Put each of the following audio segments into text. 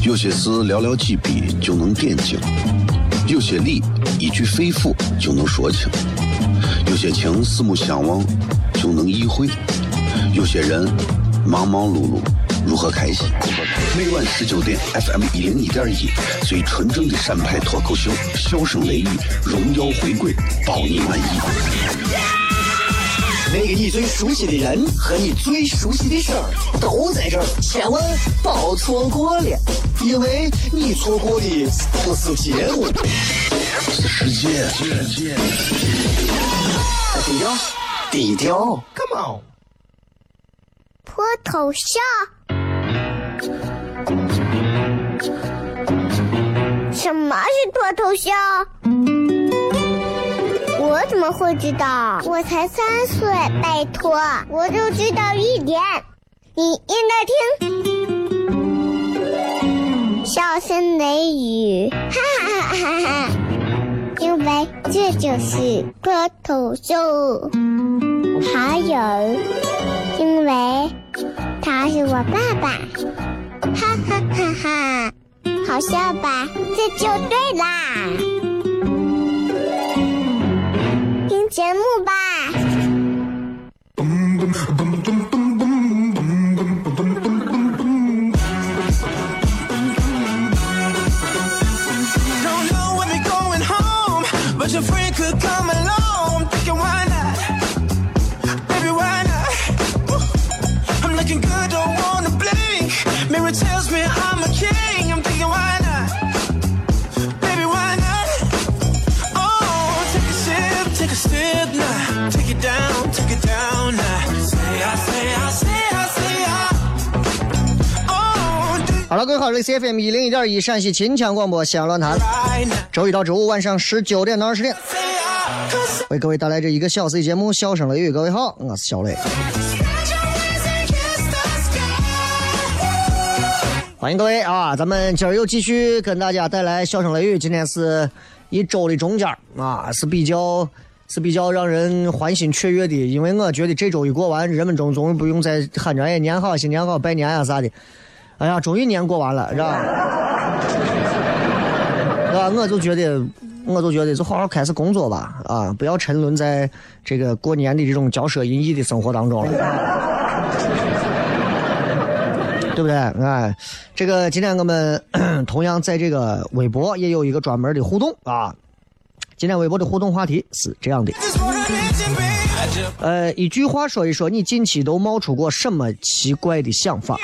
有些事寥寥几笔就能点睛，有些理一句肺腑就能说清，有些情四目相望就能意会，有些人忙忙碌碌如何开心。每晚19点 FM101.1，最纯正的陕派脱口秀，笑声雷雨，荣耀回归，保你满意。 那个你最熟悉的人和你最熟悉的事儿都在这儿，千万别错过了，因为你错过的不是节目， 是世界。 低调 ，Come on， 脱头像。什么是脱头像？我怎么会知道？我才3岁，拜托，我就知道一点，你应该听。笑声雷雨，哈哈哈哈哈！因为这就是脱头秀。还有，因为他是我爸爸，哈哈哈哈！好笑吧？这就对啦。听节目吧。 Tells me I'm a king. I'm thinking why not, baby, why not? Oh, take a sip now. Take it down now. Say I Oh. 好了，各位好，这里是 FM101.1陕西秦腔广播西安论坛，周一到周五晚上19点到20点，为各位带来这1个小时的节目，笑声雷雨。各位好，我是小雷。欢迎各位啊！咱们今儿又继续跟大家带来笑声雷雨。今天是一周的中间啊，是比较让人欢欣雀跃的，因为我觉得这周一过完，人们终于不用再喊着哎年好、新年好、拜年呀啥的。哎呀，终于年过完了，是吧？啊，我就觉得就好好开始工作吧，啊，不要沉沦在这个过年的这种骄奢淫逸的生活当中了。对不对？哎，这个今天我们同样在这个微博也有一个专门的互动啊。今天微博的互动话题是这样的，一句话说一说你近期都冒出过什么奇怪的想法。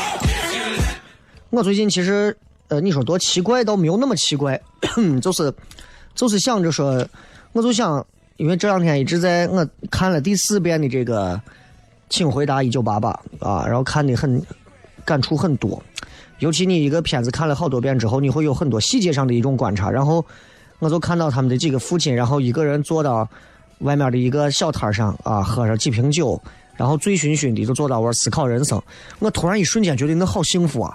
我最近其实你说多奇怪倒没有那么奇怪，就是想着说，我就想，因为这两天一直在我看了第4遍的这个请回答1988啊，然后看的很感触很多，尤其你一个片子看了好多遍之后，你会有很多细节上的一种观察。然后我就看到他们的几个父亲，然后一个人坐到外面的一个小摊上啊，喝上几瓶酒，然后醉醺醺的就坐到我思考人生。我突然一瞬间觉得那好幸福啊，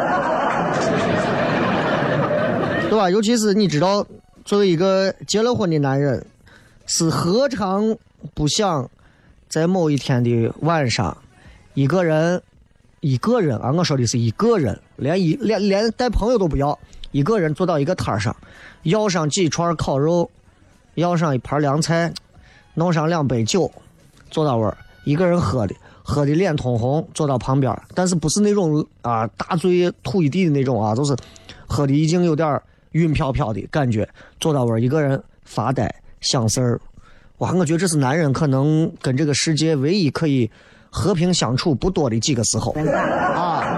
对吧？尤其是你知道，作为一个结了婚的男人，是何尝不想在某一天的晚上，一个人啊，我说的是一个人，连带朋友都不要，一个人坐到一个摊上，要上几串烤肉，要上一盘凉菜，弄上2杯酒，坐到位，一个人喝的脸通红，坐到旁边，但是不是那种啊大醉吐一地的那种啊，就是喝的已经有点晕飘飘的感觉，坐到位，一个人发呆想事儿。哇，我觉得这是男人可能跟这个世界唯一可以和平相处不多的几个时候啊，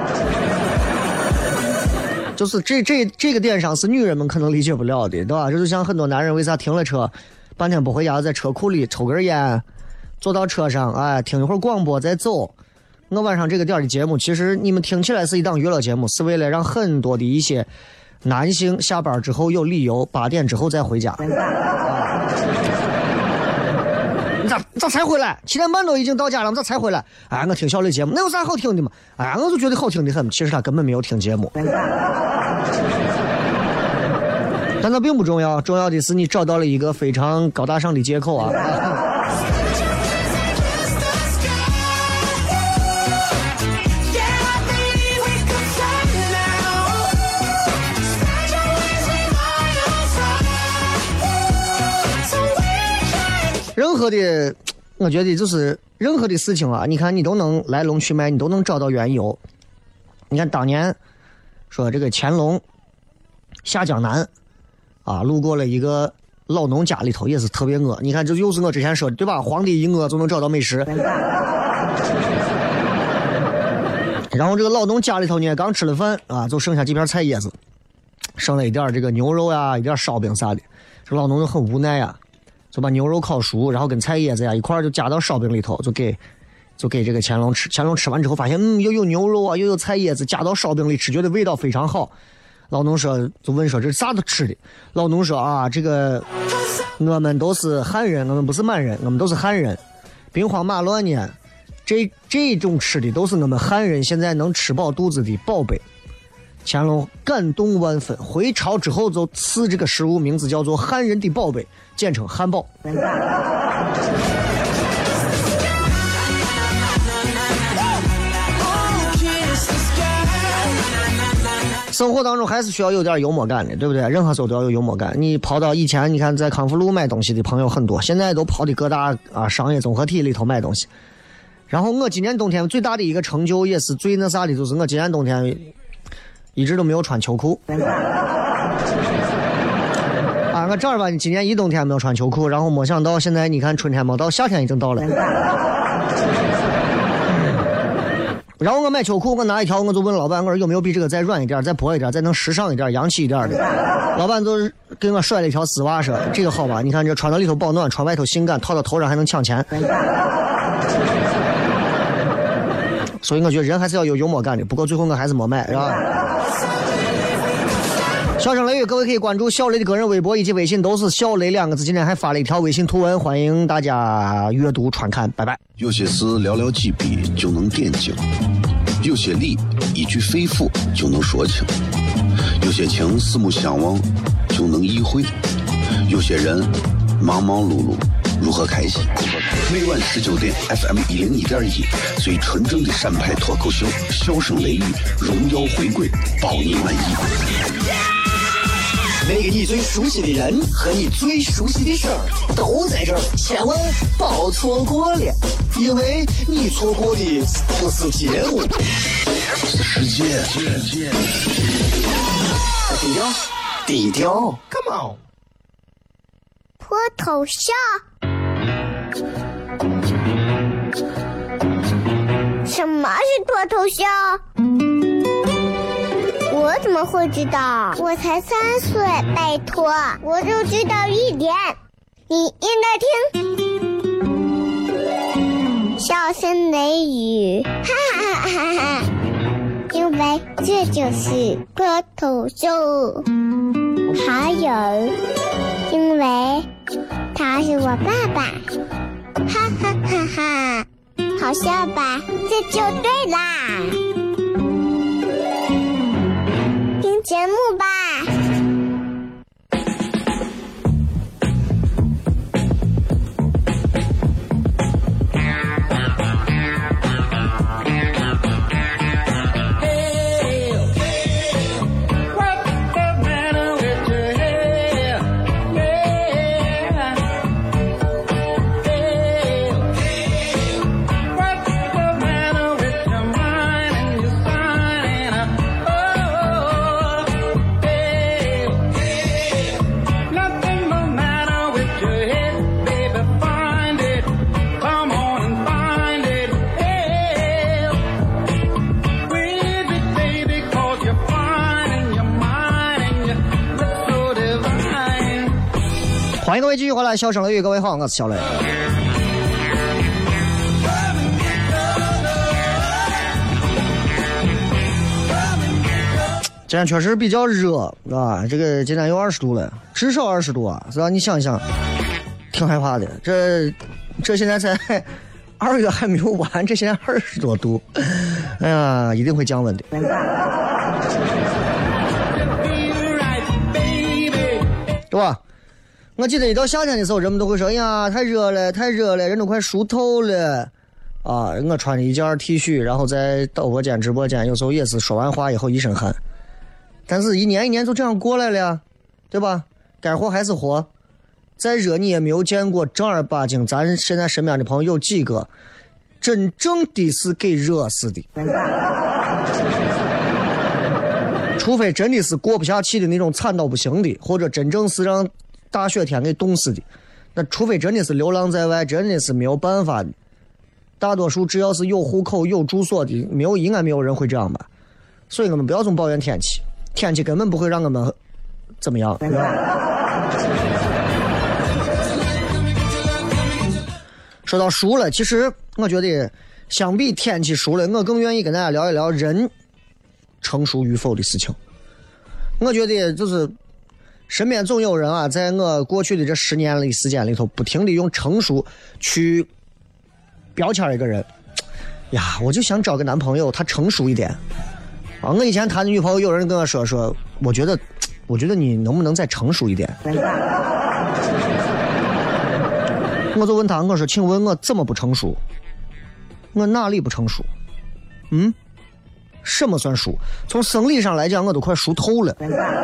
就是这个点上是女人们可能理解不了的，对吧？这就像很多男人为啥停了车半天不回家，在车库里抽根烟，坐到车上哎听一会儿广播再走。我晚上这个点的节目，其实你们听起来是一档娱乐节目，是为了让很多的一些男性下班之后有理由8点之后再回家。你咋才回来？7点半都已经到家了，我咋才回来？哎，我听小雷节目，那有啥好听的嘛？哎，我就觉得好听的很。其实他根本没有听节目，但那并不重要，重要的是你找到了一个非常高大上的借口啊。 何的，我觉得就是任何的事情啊，你看你都能来龙去脉，你都能找到缘由。你看当年说这个乾隆下江南啊，路过了一个老农家里头，也是特别饿。你看这又是我之前说的对吧？皇帝一饿就能找到美食。然后这个老农家里头呢，刚吃了饭啊，就剩下几片菜叶子，剩了一点这个牛肉呀，一点烧饼啥的。这老农就很无奈啊，就把牛肉烤熟，然后跟菜叶子呀一块就加到烧饼里头，就给这个乾隆吃。乾隆吃完之后发现，又有牛肉啊，又有菜叶子，加到烧饼里吃，觉得味道非常好。老农说，就问说这是啥都吃的？老农说啊，这个我们都是汉人，我们不是满人，我们都是汉人。兵荒马乱呢，这种吃的都是我们汉人现在能吃饱肚子的宝贝。乾隆感动万分，回朝之后就赐这个食物名字叫做汉人的宝贝，简称汉堡。生活当中还是需要有点幽默感的，对不对？任何时候都要有幽默感。你跑到以前，你看在康复路买东西的朋友很多，现在都跑到各大商业综合体里头买东西。然后我今年冬天最大的一个成就，也是最那啥的，就是我今年冬天一直都没有穿秋裤。我这儿吧，你今年一冬天没有穿秋裤，然后没想到现在你看春天没到，夏天已经到了。然后我买秋裤，我拿一条，我就问老板，我说有没有比这个再软一点、再薄一点、再能时尚一点、洋气一点的？老板就给我甩了一条丝袜，说这个好吧？你看这穿到里头保暖，穿外头性感，套到头上还能抢钱。所以我觉得人还是要有幽默感的。不过最后我还是没买，是吧？笑声雷雨，各位可以关注小雷的个人微博以及微信，都是小雷2个字。今天还发了一条微信图文，欢迎大家阅读传看，拜拜。 有些事寥寥几笔就能点睛，有些理一句肺腑就能说清，有些情四目相望就能意会，有些人忙忙碌碌如何开心。每晚19点 FM 101.1，最纯正的陕派脱口秀，笑声雷雨，荣耀回归，保你满意。 那个你最熟悉的人和你最熟悉的事儿都在这儿，千万别错过了，因为你错过的不是节目， 是世界。 低调 Come on。 脱头像。什么是脱头像？我怎么会知道？我才3岁，拜托，我就知道一点。你应该听，笑声雷雨，哈哈哈哈！因为这就是脱头秀。还有，因为他是我爸爸，哈哈哈哈！好笑吧？这就对啦。听节目吧。 欢迎各位继续回来，笑声雷雨，各位好，我是小雷。今天确实比较热啊，这个今天有20度了，至少20度啊，是吧？你想想，挺害怕的。这现在才2月还没有完，这现在20多度，哎呀，一定会降温的。对吧？我记得一到夏天的时候，人们都会说：“哎呀，太热了，太热了，人都快熟透了。”啊，我穿着一件 T 恤，然后在导播间、直播间，有时候也是说完话以后一身汗。但是一年一年就这样过来了呀，对吧？该活还是活， 再热你也没有见过正儿八经，咱现在身边的朋友有几个真正的是给热死的，除非真的是过不下去的那种惨到不行的，或者真正是让大雪天给冻死的，那除非真的是流浪在外，真的是没有办法的。大多数只要是有户口有住所的，应该没有人会这样吧。所以我们不要总抱怨天气，天气根本不会让我们怎么样。说到熟了，其实我觉得相比天气熟了，我更愿意跟大家聊一聊人成熟与否的事情。我觉得就是身边总有人啊，在我过去的这10年的时间里头，不停地用成熟去标签一个人。呀，我就想找个男朋友，他成熟一点啊！我以前谈的女朋友，有人跟我说，我觉得你能不能再成熟一点？我就问他，我说，请问我怎么不成熟？我哪里不成熟？什么算熟？从生理上来讲，我都快熟透了。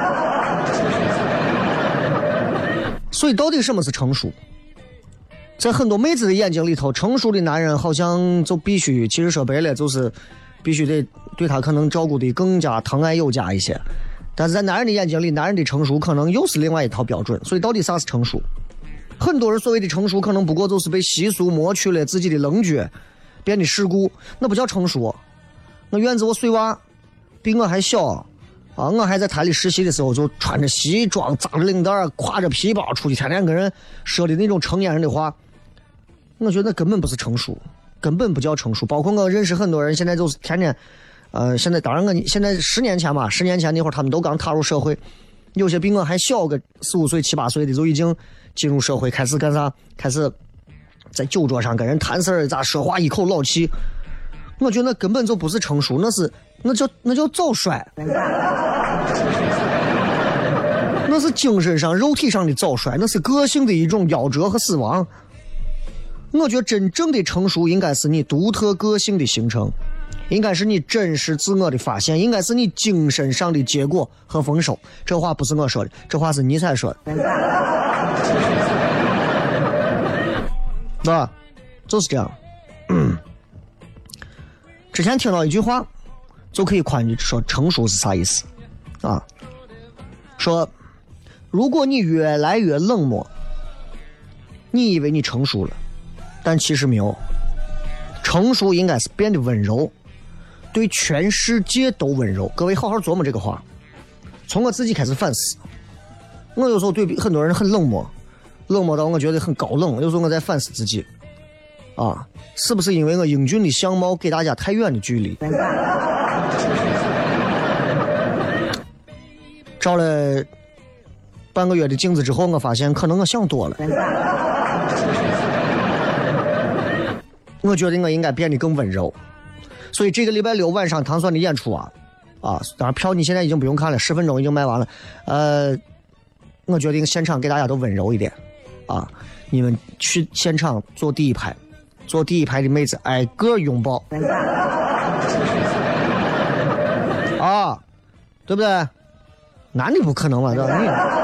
所以到底什么是成熟？在很多妹子的眼睛里头，成熟的男人好像就必须，其实说白了就是必须得对他可能照顾的更加疼爱有加一些。但是在男人的眼睛里，男人的成熟可能又是另外一套标准。所以到底啥是成熟？很多人所谓的成熟，可能不过就是被习俗磨去了自己的棱角，变得世故，那不叫成熟。我院子我碎娃比我还小啊！我还在台里实习的时候，就穿着西装，扎着领带，挎着皮包出去，天天跟人说的那种成年人的话。我觉得根本不是成熟，根本不叫成熟。包括我认识很多人，现在就是天天，现在当然现在10年前那会儿他们都刚踏入社会，有些比我还小个4、5岁、7、8岁的就已经进入社会，开始干啥？开始在酒桌上跟人谈事儿，咋说话一口老气。我觉得那根本就不是成熟，那叫早衰，那是精神上、肉体上的早衰，那是个性的一种夭折和死亡。我觉得真正的成熟应该是你独特个性的形成，应该是你真实自我的发现，应该是你精神上的结果和丰收。这话不是我说的，这话是尼采说的，对吧？就是这样。之前听到一句话，就可以宽裕说成熟是啥意思啊？说如果你越来越冷漠，你以为你成熟了，但其实没有。成熟应该是变得温柔，对全世界都温柔。各位好好琢磨这个话，从我自己开始反思。我有时候对比很多人很冷漠到我觉得很高冷，有时候我在反思自己啊，是不是因为我英俊的相貌给大家太远的距离？照了半个月的镜子之后，我发现可能我想多了。我觉得我应该变得更温柔。所以这个礼拜6晚上糖蒜的演出啊，当然票你现在已经不用看了，10分钟已经卖完了。我决定现场给大家都温柔一点啊！你们去现场坐第一排的妹子挨个拥抱啊，对不对？男的不可能嘛，对吧？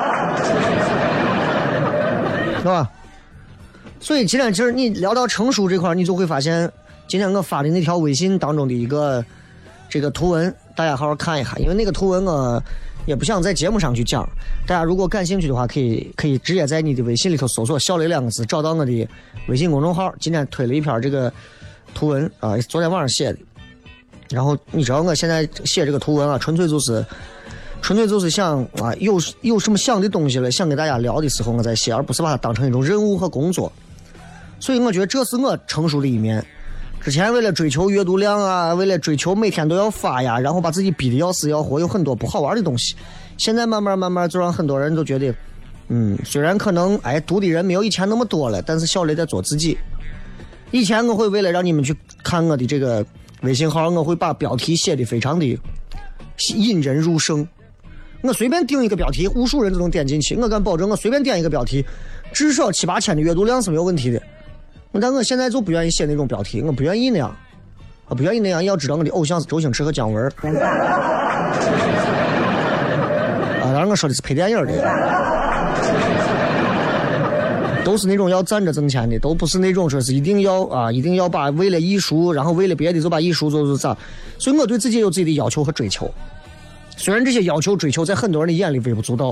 是吧？所以今天其实你聊到成熟这块，你就会发现，今天我发的那条微信当中的一个这个图文，大家好好看一下，因为那个图文我也不想在节目上去讲，大家如果感兴趣的话，可以直接在你的微信里头搜索“小雷”2个字，找到我的微信公众号。今天推了一篇这个图文啊，昨天晚上写的。然后你知道我现在写这个图文啊，纯粹就是想啊，有什么想的东西了，想给大家聊的时候我在写，而不是把它当成一种任务和工作。所以我觉得这是我成熟的一面。之前为了追求阅读量啊，为了追求每天都要发呀，然后把自己逼得要死要活，有很多不好玩的东西。现在慢慢就让很多人都觉得，虽然可能读的人没有以前那么多了，但是小雷在做自己。以前我会为了让你们去看我的这个微信号，我会把标题写得非常的引人入胜。我随便定一个标题，无数人都能点进去。我敢保证，我随便点一个标题，至少7、8千的阅读量是没有问题的。但我现在就不愿意写那种标题，我不愿意那样，要知道我的偶像是周星驰和姜文当然我说的是配电影的都是那种要攒着挣钱的，都不是那种说是一定要把为了艺术，然后为了别的就把艺术做咋。所以我对自己有自己的要求和追求，虽然这些要求追求在很多人的眼里微不足道，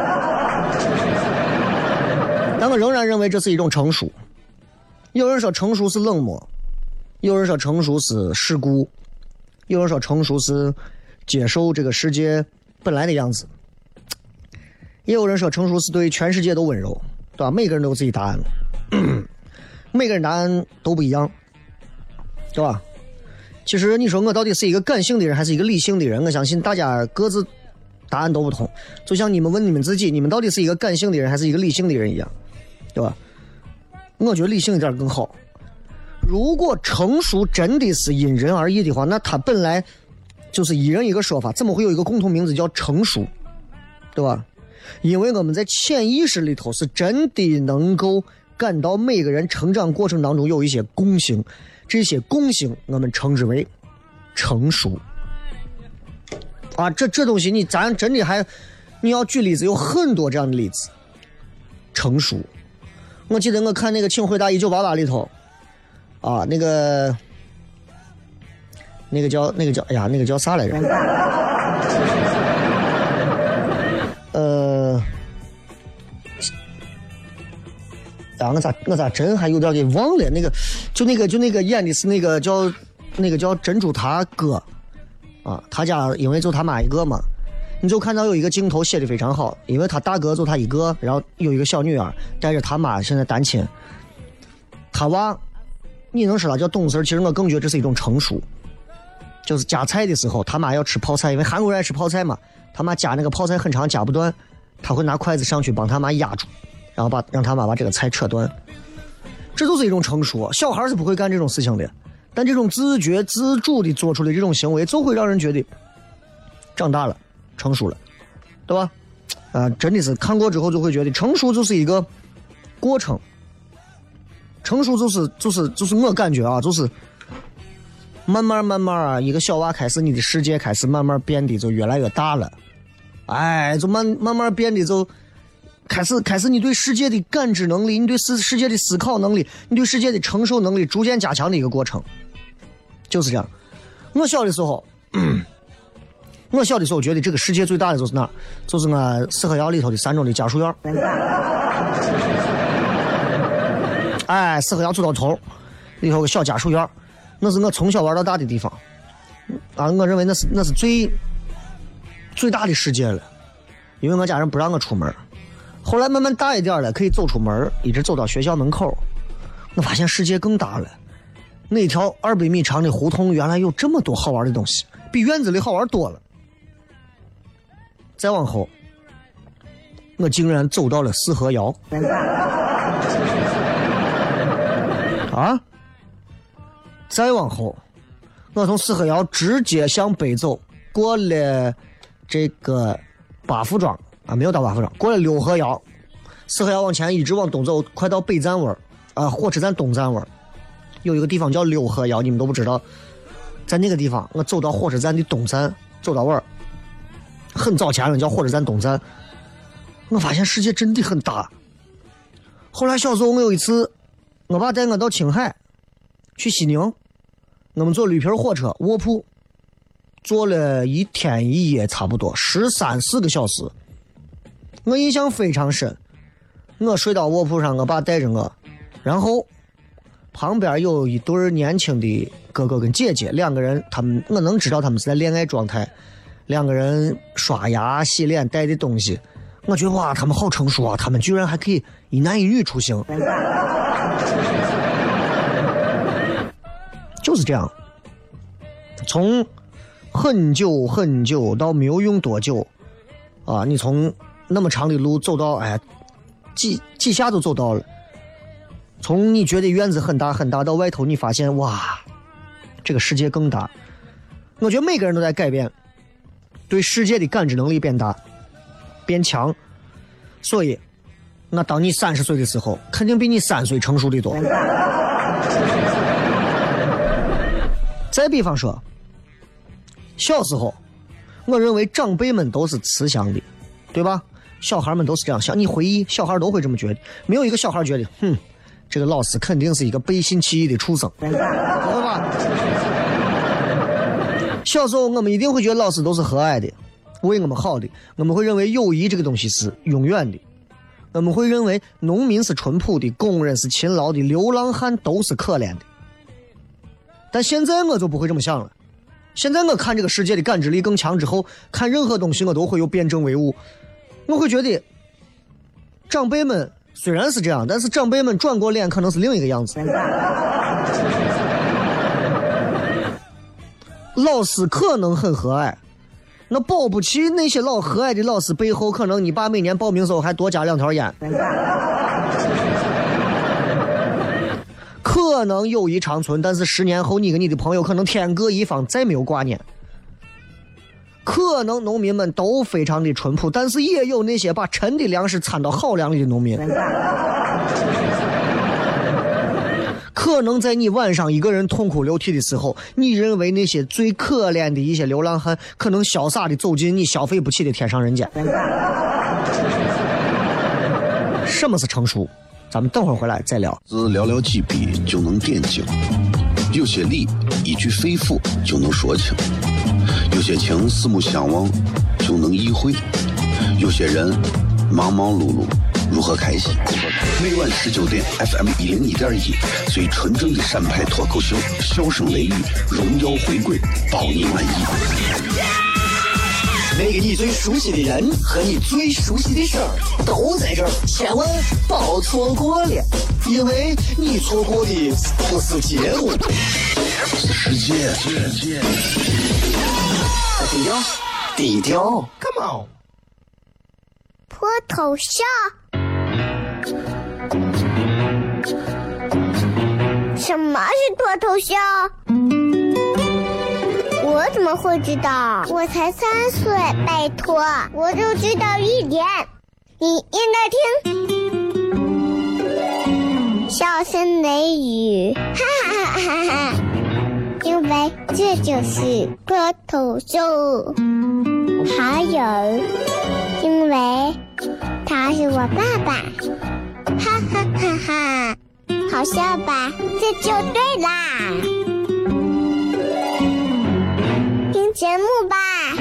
但我仍然认为这是一种成熟。有人说成熟是冷漠，有人说成熟是世故，有人说成熟是接受这个世界本来的样子，也有人说成熟是对全世界都温柔，对吧？每个人都有自己答案，每个人答案都不一样，对吧？其实你说我到底是一个感性的人还是一个理性的人，我相信大家各自答案都不同，就像你们问你们自己，你们到底是一个感性的人还是一个理性的人一样，对吧？我觉得理性一点更好。如果成熟真的是因人而异的话，那它本来就是一人一个说法，怎么会有一个共同名字叫成熟，对吧？因为我们在潜意识里头是真的能够感到每个人成长过程当中有一些共性，这些共性我们称之为成熟啊。这东西咱真的你要举例子有很多这样的例子。成熟，我记得我看那个请回答1988里头啊，那个叫哎呀，那个叫啥来着？我咋真还有点给忘了，就那个演的是那个叫珍珠他哥啊，他家因为就他妈一个嘛，你就看到有一个镜头写的非常好，因为他大哥就他一个，然后有一个小女儿带着他妈现在单亲，他娃你能说他叫懂事，其实我更觉得这是一种成熟。就是夹菜的时候他妈要吃泡菜，因为韩国人爱吃泡菜嘛，他妈夹那个泡菜很长夹不断，他会拿筷子上去帮他妈压住，然后让他妈把这个菜扯断，这都是一种成熟。小孩是不会干这种事情的，但这种自觉自主的做出的这种行为就会让人觉得长大了，成熟了，对吧？真的是看过之后就会觉得成熟就是一个过程，成熟就是我感觉啊，就是慢慢啊，一个小娃开始，你的世界开始慢慢变得就越来越大了，哎，就慢慢变得就开始你对世界的感知能力，你对世界的思考能力，你对世界的承受能力逐渐加强的一个过程，就是这样。我小的时候觉得这个世界最大的就是哪儿？就是我四合窑里头的3中的家属院。哎，四合窑走到头里头有个小家属院，那是我从小玩到大的地方啊！我认为那是最大的世界了，因为我家人不让我出门。后来慢慢大一点了，可以走出门，一直走到学校门口，我发现世界更大了。那条200米长的胡同原来有这么多好玩的东西，比院子里好玩多了。再往后，我竟然走到了四合窑啊！再往后，我从四合窑直接向北走，过了这个八福庄啊，没有到八福庄，过了六合窑，四合窑往前一直往东走，快到北站味啊，火车站东站味，有一个地方叫六合窑，你们都不知道。在那个地方，我走到火车站的东站，走到味儿，很早前了，叫火车站东站。我发现世界真的很大。后来小时候，我有一次，我爸带我到青海，去西宁，我们坐绿皮火车卧铺，坐了1天1夜，差不多13、14个小时。我印象非常深。我睡到卧铺上，我爸带着我，然后旁边有一对年轻的哥哥跟姐姐，两个人，我能知道他们是在恋爱状态，两个人刷牙洗脸带的东西，我觉得哇，他们好成熟啊，他们居然还可以一男一女出行，就是这样。从很久很久到没有用多久啊，你从那么长的路走到几下都走到了。从你觉得院子很大很大到外头你发现哇，这个世界更大。我觉得每个人都在改变，对世界的感知能力变大变强，所以那当你30岁的时候，肯定比你3岁成熟的多。再比方说，小时候我认为长辈们都是慈祥的，对吧？ 小孩们都是这样想，你回忆，小孩都会这么觉得，没有一个小孩觉得，这个老师肯定是一个背信弃义的畜生，对吧？小时候我们一定会觉得老师都是和蔼的，为我们好的，我们会认为友谊这个东西是永远的，我们会认为农民是淳朴的，工人是勤劳的，流浪汉都是可怜的。但现在我就不会这么想了，现在我看这个世界的感知力更强之后，看任何东西我都会有辩证唯物，我会觉得长辈们虽然是这样，但是长辈们转过脸可能是另一个样子。老师可能很和蔼，那保不齐那些和蔼的老师背后，可能你爸每年报名时候还多加2条烟。可能友谊长存，但是10年后你跟你的朋友可能天各一方，再没有挂念。可能农民们都非常的淳朴，但是也有那些把陈的粮食掺到好粮里的农民。可能在你晚上一个人痛哭流涕的时候，你认为那些最可怜的一些流浪汉可能潇洒的走进你消费不起的天上人间。什么是成熟？咱们等会儿回来再聊。 只寥寥几笔就能点睛，有些理一句肺腑就能说清，有些情四目相望就能意会，有些人忙忙碌碌如何开心？每晚19点 FM 101.1，最纯正的陕派脱口秀，笑声雷雨，荣耀回归，保你满意。 那个你最熟悉的人和你最熟悉的事儿都在这儿，千万别错过了，因为你错过的不是节目， 是世界。 低调 ，Come on， 脱头像。什么是脱头像？我怎么会知道？我才3岁，拜托，我就知道一点。你应该听，笑声雷雨，哈哈哈哈哈！因为这就是脱头秀。还有，因为他是我爸爸，哈哈哈哈！好笑吧？这就对啦。听节目吧。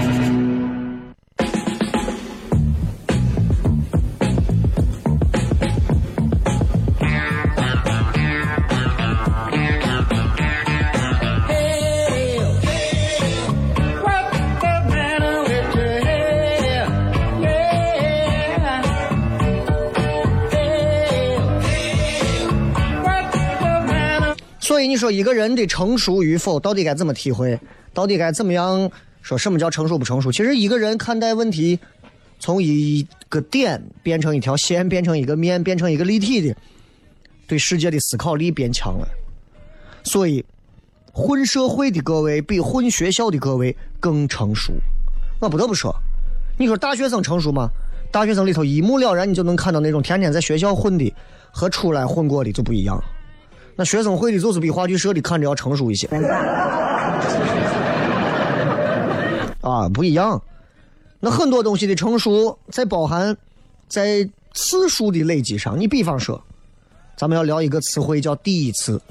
所以你说一个人的成熟与否，到底该怎么体会？到底该怎么样说什么叫成熟不成熟？其实一个人看待问题，从一个点变成一条线，变成一个面，变成一个立体的，对世界的思考力变强了。所以混社会的各位比混学校的各位更成熟。我不得不说，你说大学生成熟吗？大学生里头一目了然，你就能看到那种天天在学校混的和出来混过的就不一样。那学生会的就是比话剧社的看着要成熟一些啊，不一样。那很多东西的成熟在包含在次数的累积上。你比方说咱们要聊一个词汇叫第一次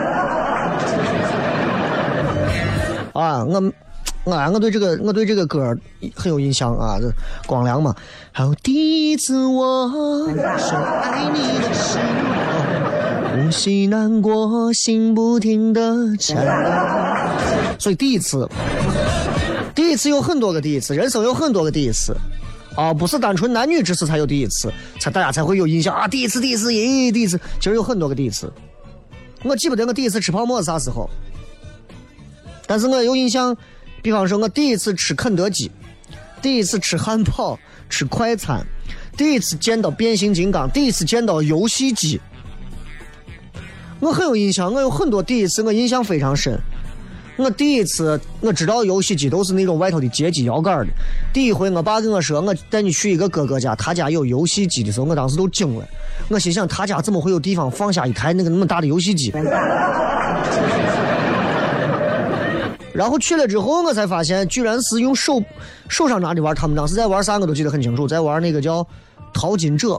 啊，我对这个歌很有印象啊，这光良嘛，还有第一次我说爱你的时候，呼吸难过，心不停的颤。所以第一次有很多个第一次，人生有很多个第一次啊，不是单纯男女之事才有第一次，大家才会有印象啊，第一次，第一次，其实有很多个第一次。我记不得我第一次吃泡馍是啥时候，但是我有印象，比方说我第一次吃肯德基，第一次吃汉堡，吃快餐，第一次见到变形金刚，第一次见到游戏机，我很有印象。我有很多第一次我印象非常深。我第一次我知道游戏机都是那种外头的街机摇杆的，第一回我爸跟我说我带你去一个哥哥家，他家有游戏机的时候，我当时都惊了。我心想他家怎么会有地方放下一台那么大的游戏机然后去了之后，我才发现居然是用手上拿的玩他们当时在玩啥我都记得很清楚，在玩那个叫淘金者，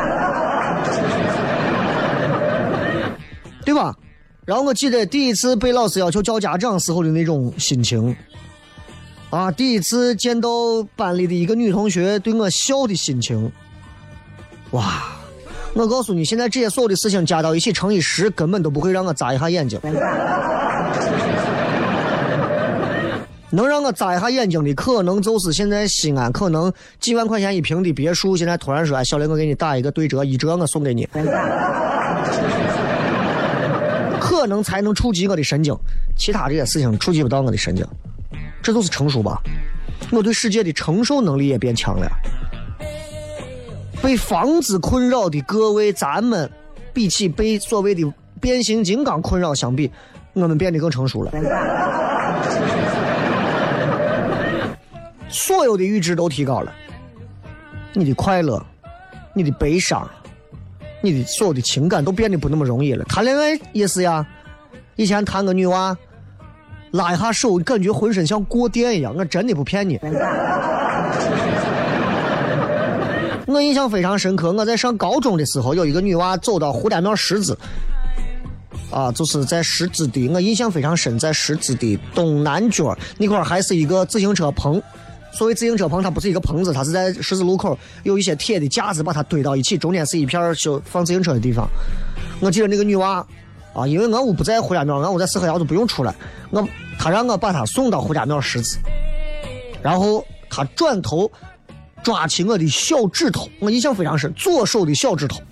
对吧？然后我记得第一次被老师要求叫家长时候的那种心情啊，第一次见到班里的一个女同学对我笑的心情，哇！我告诉你，现在这些所有的事情加到一起乘以10，根本都不会让我眨一下眼睛。能让我眨一下眼睛的，可能就是现在西安可能几万块钱一平的别墅，现在突然说，哎，小雷，我给你打一个对折，1折我送给你，可能才能触及我的神经，其他这些事情触及不到我的神经，这都是成熟吧？我对世界的承受能力也变强了。被房子困扰的各位，咱们比起被所谓的变形金刚困扰相比，我们变得更成熟了。所有的阈值都提高了，你的快乐，你的悲伤，你的所有的情感都变得不那么容易了。谈恋爱也是呀，以前谈个女娃拉一下手，感觉浑身像过电一样，我真的不骗你。我印象非常深刻，我在上高中的时候，有一个女娃走到胡家庙十字啊，就是在十字的，我印象非常深，在十字的东南角那块还是一个自行车棚。所谓自行车棚，它不是一个棚子，它是在十字路口有一些铁的架子把它堆到一起，中间是一片就放自行车的地方。我记得那个女娃啊，因为我屋不在胡家庙，我屋在四合窑，就不用出来，她让我把她送到胡家庙十字，然后她转头抓起我的小指头，我印象非常深，左手的小指头，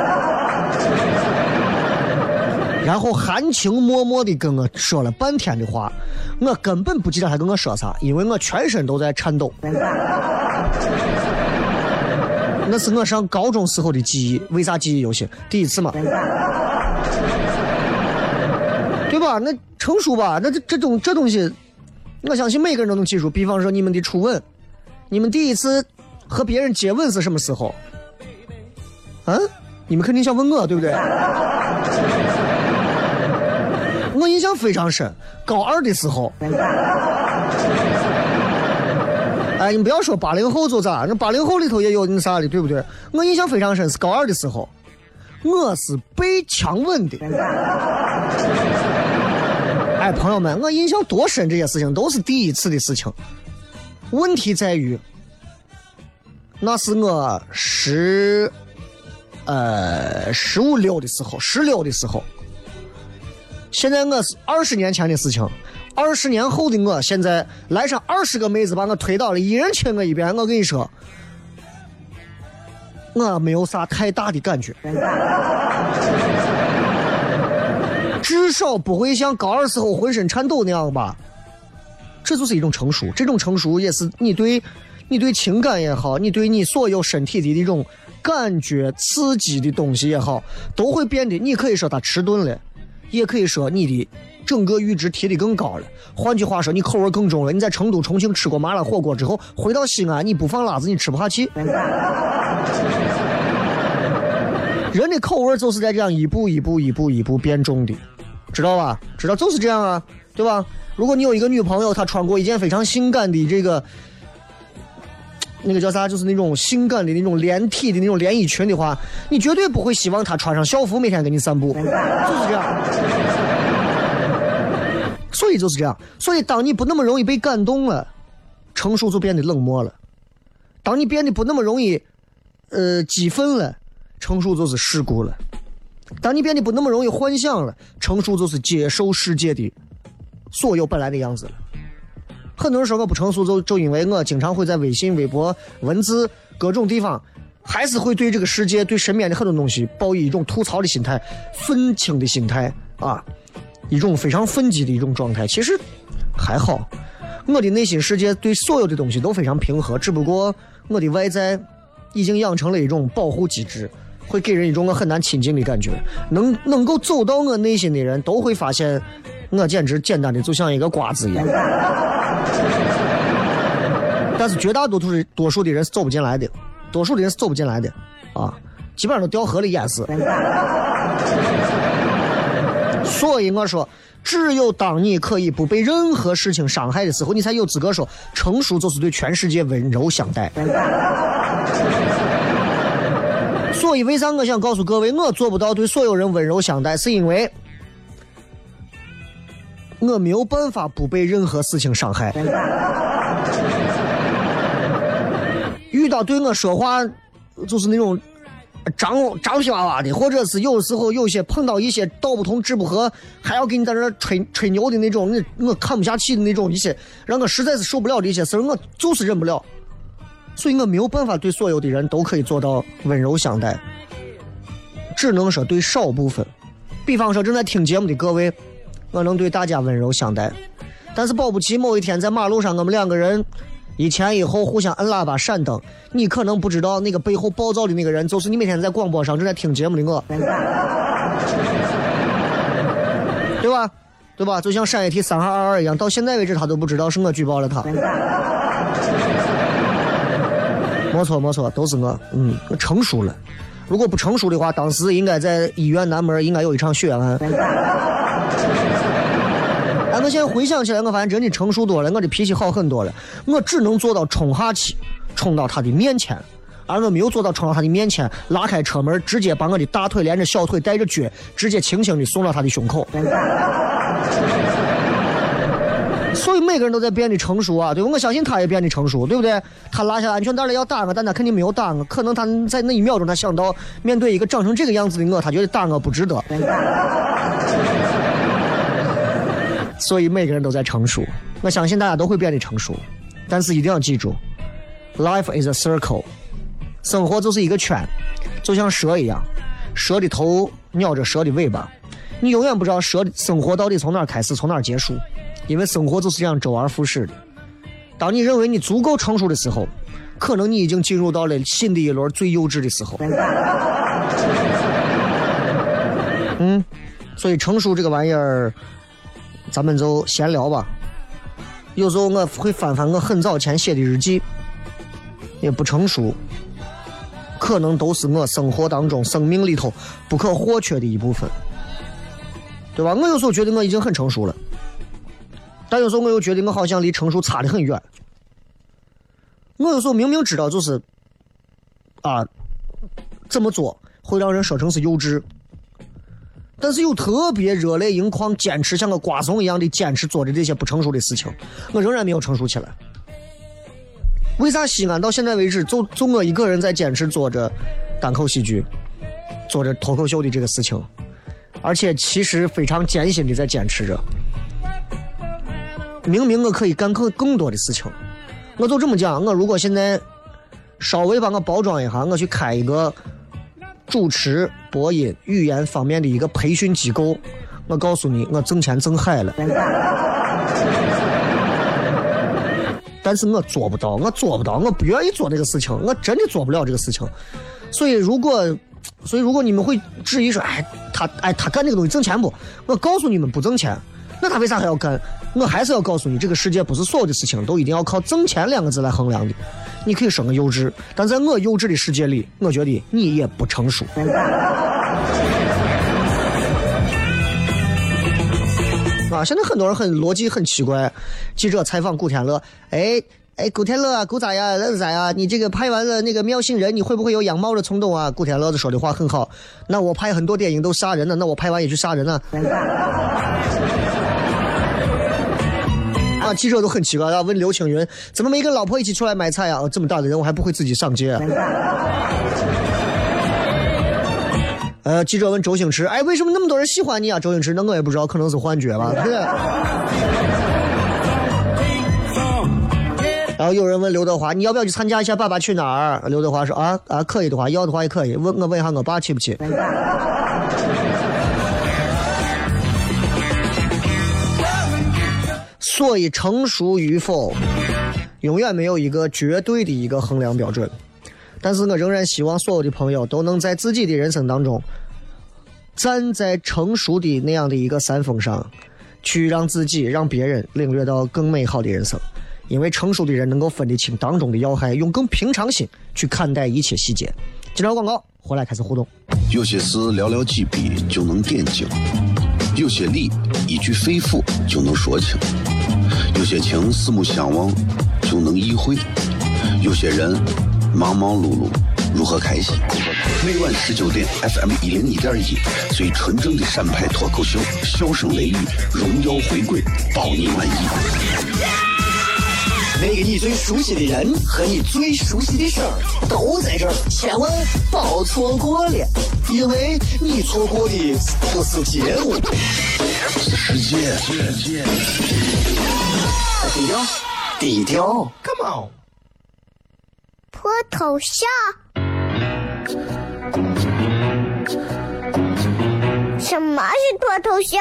然后含情脉脉地跟我说了半天的话，我根本不记得他跟我说啥，因为我全身都在颤抖。那是我上高中时候的记忆，为啥记忆犹新？第一次嘛，对吧？那成熟吧？那这东西，我相信每个人都能记住。比方说你们的初吻，你们第一次和别人接吻是什么时候？你们肯定想问我，对不对？我印象非常深，高2的时候，哎，你不要说80后就咋，那80后里头也有那啥的，对不对？我印象非常深，是高2的时候，我是被强吻的。哎，朋友们，我印象多深，这些事情都是第一次的事情。问题在于，那是我15、16的时候，16的时候。现在我是20年前的事情，20年后的我，现在来上20个妹子把我推倒了，一人亲我一遍，我跟你说，我没有啥太大的感觉，至少不会像高2时候浑身颤抖那样吧。这就是一种成熟，这种成熟也是你对情感也好，你对你所有身体的一种感觉刺激的东西也好，都会变得，你可以说它迟钝了，也可以说你的整个阈值提得更高了。换句话说，你口味更重了。你在成都、重庆吃过麻辣火锅之后，回到西安，你不放辣子，你吃不下去。人的口味就是在这样一步变重的，知道吧？知道就是这样啊，对吧？如果你有一个女朋友，她穿过一件非常性感的这个那个叫啥，就是那种性感的那种连体的那种连衣裙的话，你绝对不会希望她穿上校服每天跟你散步，就是这样。所以就是这样，所以当你不那么容易被感动了，成熟就变得冷漠了；当你变得不那么容易激愤了，成熟就是世故了；当你变得不那么容易幻想了，成熟就是接受世界的所有本来的样子了。很多人说我不成熟，就因为我经常会在微信、微博、文字各种地方，还是会对这个世界、对身边的很多东西抱以一种吐槽的心态、愤青的心态啊，一种非常愤激的一种状态。其实还好，我的内心世界对所有的东西都非常平和，只不过我的外在已经养成了一种保护机制，会给人一种我很难亲近的感觉。能够走到我内心的人都会发现，我简直简单的就像一个瓜子一样。但是绝大多数的人是走不进来的，多数的人是走不进来的啊，基本上都掉河里淹死。所以我说， 只有当你可以不被任何事情伤害的时候，你才有资格说成熟就是对全世界温柔相待。所以为啥我想告诉各位，我做不到对所有人温柔相待，是因为我没有办法不被任何事情伤害。遇到对我说话就是那种张皮娃娃的，或者是有时候有些碰到一些道不同志不合还要给你在这吹牛的那种，我看不下去的那种一些让我实在是受不了的一些事，我就是忍不了。所以我没有办法对所有的人都可以做到温柔相待，只能说对少部分。比方说正在听节目的各位，我能对大家温柔相待，但是保不齐某一天在马路上我们两个人一前一后互相摁喇叭闪灯，你可能不知道那个背后暴躁的那个人就是你每天在广播上正在听节目的我，对吧？对吧？就像山野题3222一样，到现在为止他都不知道是我举报了他。没错，都是我。我成熟了。如果不成熟的话，当时应该在医院南门应该有一场血案。但我现在回想起来，我发现真的成熟多了，我的脾气好很多了。我只能做到冲下去，冲到他的面前，而我没有做到冲到他的面前，拉开车门，直接把我的大腿连着小腿带着撅，直接轻轻地送到他的胸口。所以每个人都在变得成熟啊，对吧？我相信他也变得成熟，对不对？他拉下安全带了要打我，但他肯定没有打我，可能他在那一秒钟他想到面对一个长成这个样子的我，他觉得打我不值得。所以每个人都在成熟，我相信大家都会变得成熟，但是一定要记住 Life is a circle， 生活就是一个圈，就像蛇一样，蛇的头咬着蛇的尾巴，你永远不知道蛇的生活到底从哪儿开始从哪儿结束，因为生活就是这样周而复始的。当你认为你足够成熟的时候，可能你已经进入到了新的一轮最幼稚的时候。所以成熟这个玩意儿咱们就闲聊吧。有时候我会翻翻我很早前写的日记，也不成熟，可能都是我生活当中生命里头不可或缺的一部分，对吧？我有时候觉得我已经很成熟了，但有时候我又觉得我好像离成熟差得很远。我有时候明明知道就是这么做会让人说成是幼稚，但是又特别热泪盈眶，坚持像个瓜怂一样的坚持做着这些不成熟的事情，我仍然没有成熟起来。为啥西安到现在为止就我一个人在坚持做着单口喜剧，做着脱口秀的这个事情，而且其实非常艰辛的在坚持着。明明我可以干更多的事情，我就这么讲，我如果现在稍微把我包装一下，我去开一个主持播音语言方面的一个培训机构，我告诉你我挣钱挣嗨了。但是我做不到，我不愿意做这个事情，我真的做不了这个事情。所以如果你们会质疑说他干这个东西挣钱不，我告诉你们不挣钱，那他为啥还要干？我还是要告诉你，这个世界不是所有的事情都一定要靠挣钱两个字来衡量的。你可以说我幼稚，但在我幼稚的世界里，我觉得你也不成熟。现在很多人很逻辑很奇怪。记者采访古天乐，古天乐啊，古咋呀，那咋呀？你这个拍完了那个喵星人，你会不会有养猫的冲动啊？古天乐说的话很好，那我拍很多电影都杀人了，那我拍完也去杀人呢。记者都很奇怪啊，问刘青云怎么没跟老婆一起出来买菜啊？这么大的人我还不会自己上街啊？记者问周星驰，为什么那么多人喜欢你啊？周星驰，那我也不知道，可能是幻觉吧。然后有人问刘德华，你要不要去参加一下《爸爸去哪儿》？刘德华说可以的话，要的话也可以。问一下我爸去不去？所以成熟与否永远没有一个绝对的一个衡量标准，但是我仍然希望所有的朋友都能在自己的人生当中站在成熟的那样的一个山峰上，去让自己让别人领略到更美好的人生。因为成熟的人能够分得清当中的要害，用更平常心去看待一切细节。接着广告回来开始互动。 有些事寥寥几笔就能点睛， 有些理一句肺腑就能说清，有些情四目相望就能意会，有些人忙忙碌碌如何开心。每晚19点 FM 101.1，最纯正的陕派脱口秀，笑声雷雨，荣耀回归，保你满意。 那个你最熟悉的人和你最熟悉的事儿都在这儿，千万别错过了，因为你错过的不是节目， 是世界。 低调 Come on， 脱头像。什么是脱头像？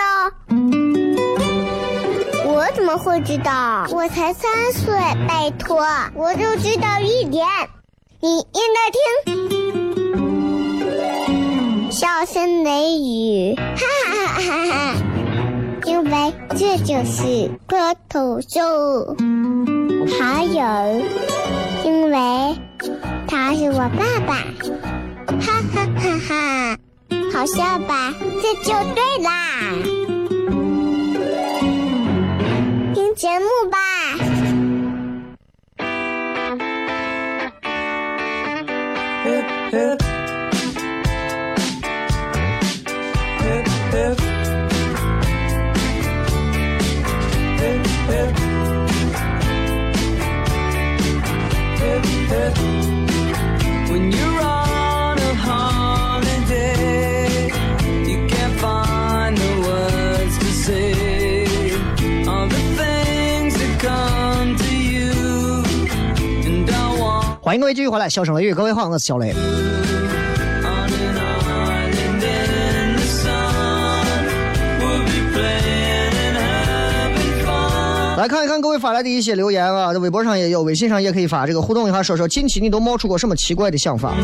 我怎么会知道？我才3岁，拜托，我就知道一点。你应该听，笑声雷雨，哈哈哈哈哈！因为这就是脱头秀。还有，因为他是我爸爸，哈哈哈哈！好笑吧？这就对啦。听节目吧。 When you're on a holiday, you can't find the words to say all the things that come to you, and I want 欢迎各位继续回来，笑声雷雨，各位好，我是小雷。 on an island in the sun, we'll be playing and having fun. 来看一看各位发来的一些留言啊，在微博上也有，微信上也可以发，这个互动一下，说说近期你都冒出过什么奇怪的想法。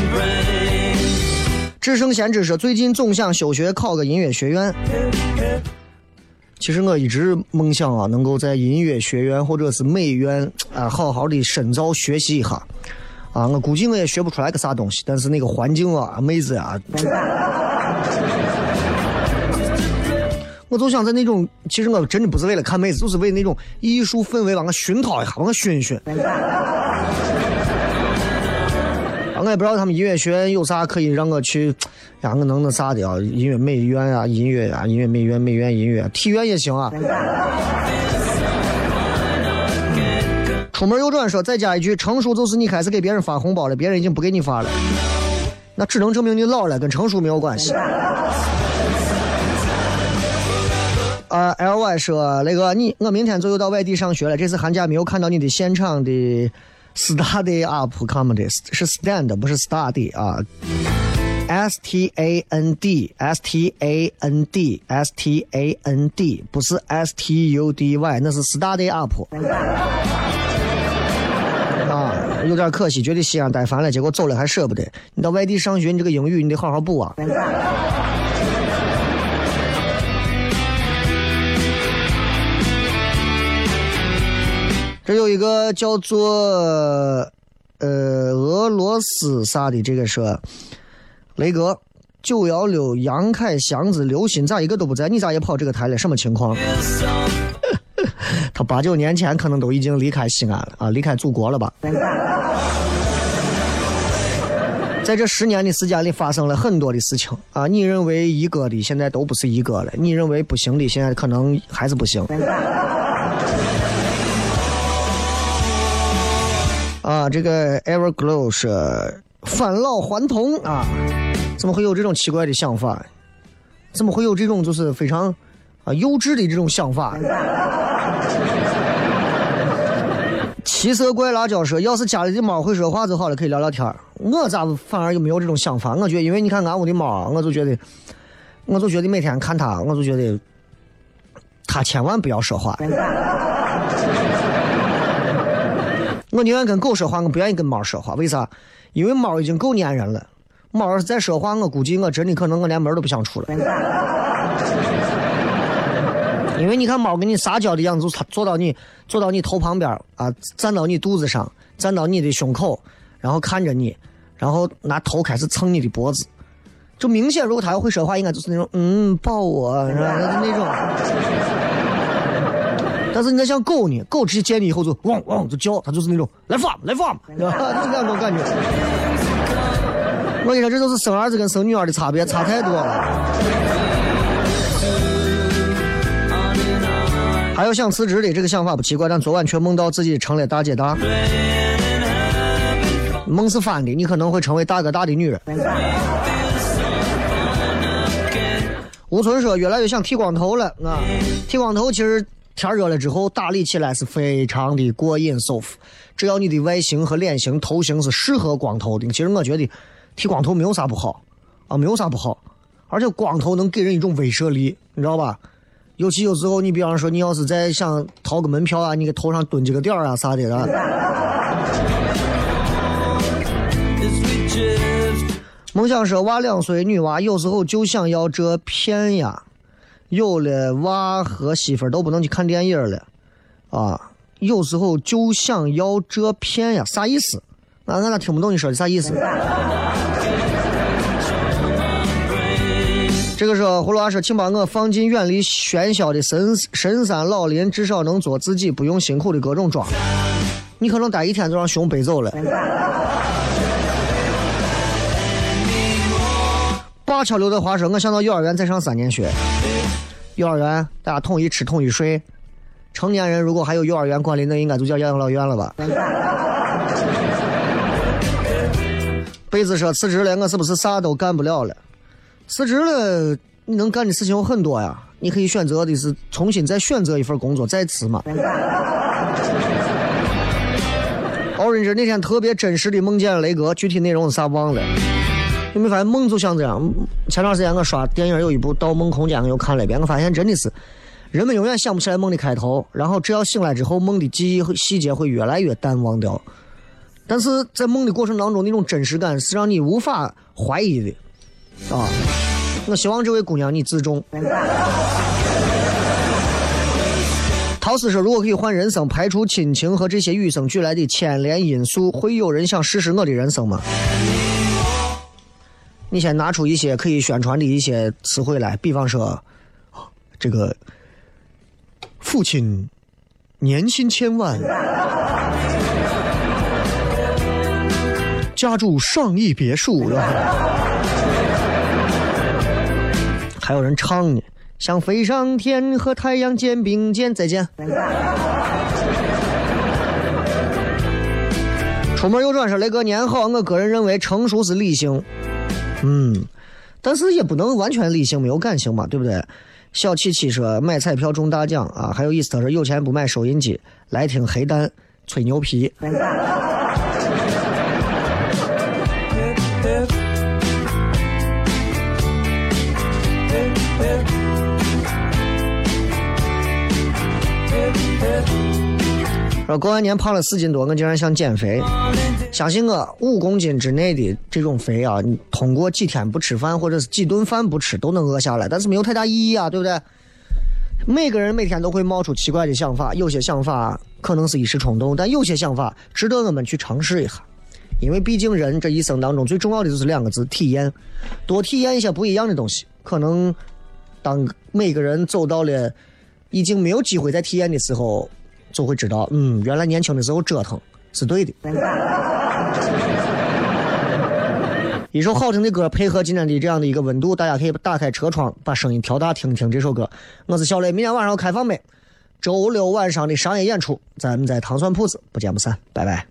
智胜贤之说，最近总想休学考个音乐学院。其实我一直梦想啊，能够在音乐学院或者是美院啊，好好的深造学习一下。啊，我估计我也学不出来个啥东西，但是那个环境啊，妹子啊，我就想在那种，其实我真的不是为了看妹子，就是为那种艺术氛围往我熏陶一下，往我熏熏。我也不知道他们音乐学院有啥可以让我去，呀，我能那啥的啊，音乐美院啊，音乐啊，音乐美院、美院音乐，体院也行啊。出门右转说，再加一句，成熟就是你开始给别人发红包了，别人已经不给你发了，那只能证明你老了，跟成熟没有关系。LY 说，那个我明天左右到外地上学了，这次寒假没有看到你的现场的 study up comedy， 是 stand 不是 study 啊。STAND 不是 STUDY， 那是 study up 啊，有点可惜，觉得西安待烦了，结果走了还舍不得。你到外地上学，你这个英语你得好好补啊。这有一个叫做俄罗斯啥的，这个是雷哥916杨凯祥子刘鑫咋一个都不在，你咋也跑这个台了，什么情况？他8、9年前可能都已经离开西安了啊，离开祖国了吧。在这10年的时间里发生了很多的事情啊，你认为一个的现在都不是一个了，你认为不行的现在可能还是不行。啊，这个 Everglow 是返老还童啊，怎么会有这种奇怪的想法？怎么会有这种就是非常幼稚的这种想法？七色怪辣椒说，要是家里的猫会说话就好了，可以聊聊天。我咋反而又没有这种想法？我觉得，因为你看俺屋的猫，我就觉得每天看它，我就觉得它千万不要说话。我宁愿跟狗说话，我不愿意跟猫说话。为啥？因为猫已经够粘人了，猫要是再说话，我估计我真的可能我连门都不想出了。因为你看猫跟你撒娇的样子，坐到你头旁边啊，站到你肚子上，站到你的胸口，然后看着你，然后拿头开始蹭你的脖子， 就明显如果他要会说话，应该就是那种抱我那种。但是你再像狗呢，狗直接见你以后就汪汪就叫，它就是那种来放，对吧？就是那种感觉。我跟你说，这就是生儿子跟生女儿的差别，差太多了。还有想辞职的这个想法不奇怪，但昨晚却梦到自己成了大姐大。梦是反的，你可能会成为大哥大的女人。吴存说越来越想剃光头了啊！剃光头其实天热了之后打理起来是非常的过瘾舒服，只要你的外形和脸型头型是适合光头的，其实我觉得剃光头没有啥不好啊，没有啥不好，而且光头能给人一种威慑力，你知道吧？尤其有时候你比方说你要是在想掏个门票啊，你给头上蹲几个点啊啥的啊。梦想说娃2岁女娃有时候就想要这片呀，有了娃和媳妇都不能去看电影了啊，有时候就想要这片呀，啥意思？俺咋听不懂你说的啥意思？这个时候葫芦娃说请把我放进远离喧嚣的深山老林，至少能做自己不用辛苦的各种庄。你可能待一天就让熊背走了。8桥刘德华说我想到幼儿园再上3年学，幼儿园大家统一吃统一睡，成年人如果还有幼儿园管理，那应该就叫养老院了吧。贝子说辞职了，我是不是啥都干不了了？辞职了你能干的事情有很多呀，你可以选择的是重新再选择一份工作再辞嘛。Orange 那天特别真实的梦见了雷哥，具体内容是啥忘了。你没发现梦就像这样？前段时间我刷电影有一部《盗梦空间》，我又看了一遍，我发现真的是人们永远想不起来梦的开头，然后只要醒来之后，梦的记忆和细节会越来越淡忘掉。但是在梦的过程当中，那种真实感是让你无法怀疑的啊！我希望这位姑娘你自重。陶斯说，如果可以换人生，排除亲情和这些与生俱来的牵连因素，会有人想试试我的人生吗？你先拿出一些可以宣传的一些词汇来，比方说这个父亲年薪1000万，家住上亿别墅，还有人唱呢，想飞上天和太阳肩并肩，再见。出门右转说雷哥年好，我个人认为成熟是理性，但是也不能完全理性没有感性嘛，对不对？小七七说买彩票中大奖啊，还有意思他说有钱不买收音机，来听黑蛋吹牛皮。过完年胖了4斤多，我竟然想减肥。相信我，5公斤之内的这种肥啊，你通过几天不吃饭或者是几顿饭不吃都能饿下来，但是没有太大意义啊，对不对？每个人每天都会冒出奇怪的想法，有些想法可能是一时冲动，但有些想法值得我们去尝试一下。因为毕竟人这一生当中最重要的就是2个字：体验。多体验一些不一样的东西，可能当每个人走到了已经没有机会再体验的时候，就会知道，原来年轻的时候折腾是对的。一首好听的歌配合今天的这样的一个温度，大家可以打开车窗把声音调大听听这首歌。我是小雷，明天晚上开放没？周6晚上的商业演出，咱们在糖蒜铺子不见不散，拜拜。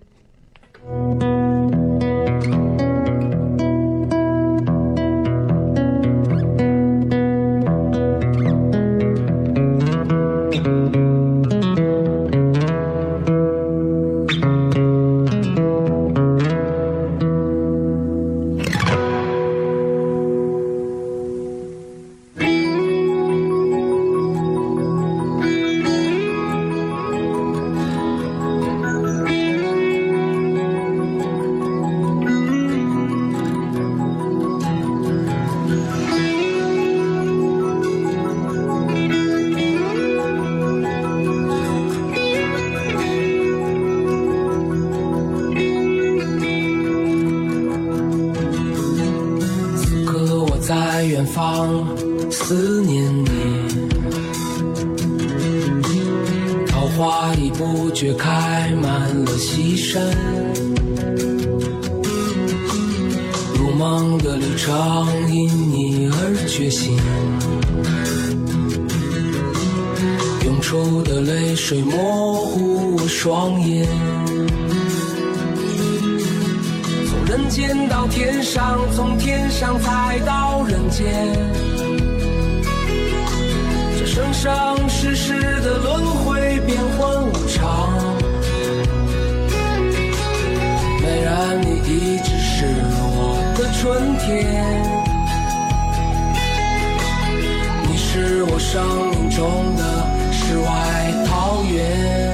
在远方思念你，桃花已不觉开满了西山，如梦的旅程因你而觉醒，涌出的泪水模糊我双眼，从人间到天上，从天上再到人间，这生生世世的轮回变幻无常，美然你一直是我的春天，你是我生命中的世外桃源。